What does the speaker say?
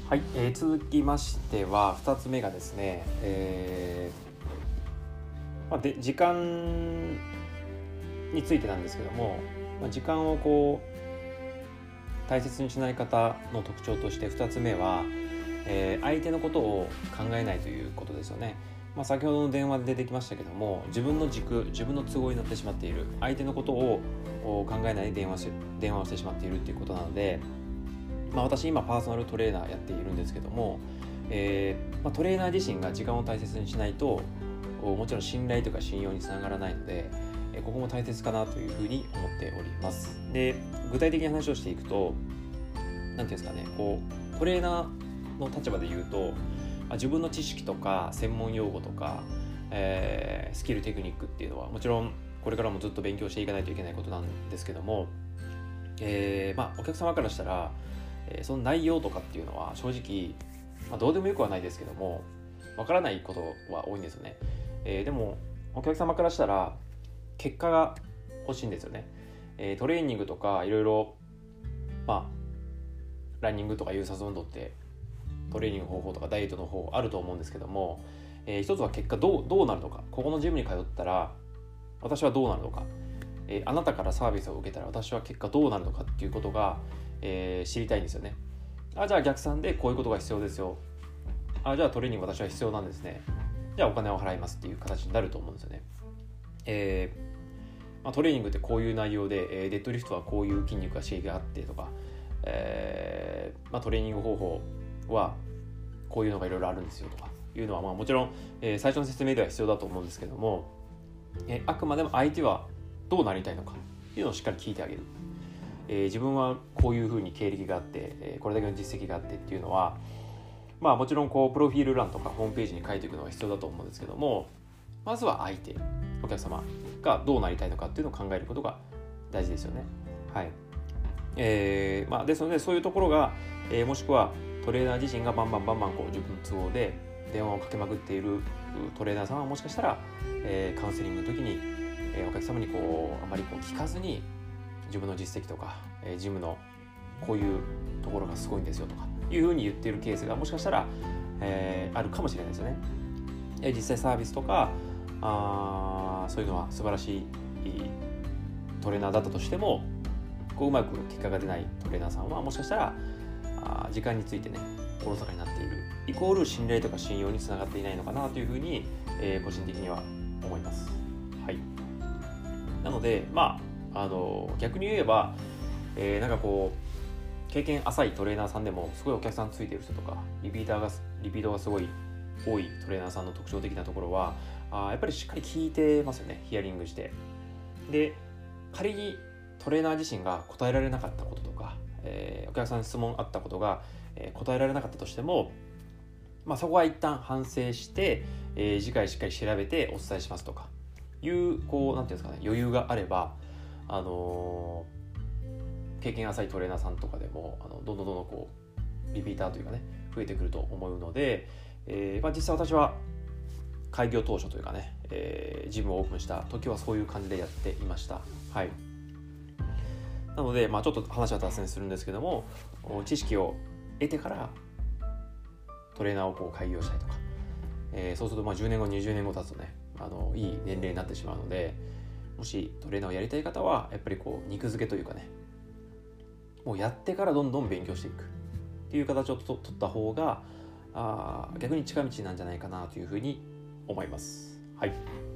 はい、続きましては2つ目がですね、時間についてなんですけども、時間を大切にしない方の特徴として2つ目は、相手のことを考えないということですよね。先ほどの電話で出てきましたけども、自分の軸、自分の都合になってしまっている、相手のことを考えないで電話をしてしまっているということなので、私今パーソナルトレーナーやっているんですけども、トレーナー自身が時間を大切にしないともちろん信頼とか信用につながらないので、ここも大切かなというふうに思っております。で、具体的に話をしていくと、なんていうんですかね、トレーナーの立場で言うと、自分の知識とか専門用語とか、スキルテクニックっていうのはもちろんこれからもずっと勉強していかないといけないことなんですけども、お客様からしたらその内容とかっていうのは正直、どうでもよくはないですけども、わからないことは多いんですよね。でもお客様からしたら結果が欲しいんですよね。トレーニングとかいろいろ、ランニングとか有酸素運動ってトレーニング方法とかダイエットの方法あると思うんですけども、一つは結果どうなるのか、ここのジムに通ったら私はどうなるのか、あなたからサービスを受けたら私は結果どうなるのかっていうことが、知りたいんですよね。じゃあ逆算でこういうことが必要ですよ。じゃあトレーニング私は必要なんですね。じゃあお金を払いますっていう形になると思うんですよね。トレーニングってこういう内容で、デッドリフトはこういう筋肉が刺激があってとか、トレーニング方法はこういうのがいろいろあるんですよとかいうのは、もちろん、最初の説明では必要だと思うんですけども、あくまでも相手はどうなりたいのかっていうのをしっかり聞いてあげる。自分はこういうふうに経歴があって、これだけの実績があってっていうのは、もちろんプロフィール欄とかホームページに書いていくのが必要だと思うんですけども、まずは相手、お客様がどうなりたいのかっていうのを考えることが大事ですよね。はい。ですのでそういうところが、もしくはトレーナー自身がバンバン自分の都合で電話をかけまくっているトレーナーさんはもしかしたら、カウンセリングの時に、お客様にあまり聞かずに自分の実績とか、ジムのこういうところがすごいんですよとかいうふうに言っているケースがもしかしたら、あるかもしれないですよね。実際サービスとかそういうのは素晴らしいトレーナーだったとしても、うまく結果が出ないトレーナーさんはもしかしたら時間についてねおろそかになっているイコール信頼とか信用につながっていないのかなというふうに、個人的には思います。はい。なので逆に言えば、経験浅いトレーナーさんでもすごいお客さんついてる人とかリピートがすごい多いトレーナーさんの特徴的なところはやっぱりしっかり聞いてますよね。ヒアリングして、で仮にトレーナー自身が答えられなかったこととか、お客さんに質問あったことが、答えられなかったとしても、そこは一旦反省して、次回しっかり調べてお伝えしますとかいうなんていうんですかね、余裕があれば経験浅いトレーナーさんとかでもどんどんリピーターというかね増えてくると思うので、実際私は開業当初というかね、ジムをオープンした時はそういう感じでやっていました。はい。なので、ちょっと話は脱線するんですけども、知識を得てからトレーナーを開業したりとか、そうすると10年後20年後経つとねいい年齢になってしまうので、もしトレーナーをやりたい方はやっぱり肉付けというかね、もうやってからどんどん勉強していくっていう形を取った方が逆に近道なんじゃないかなというふうに思います。はい。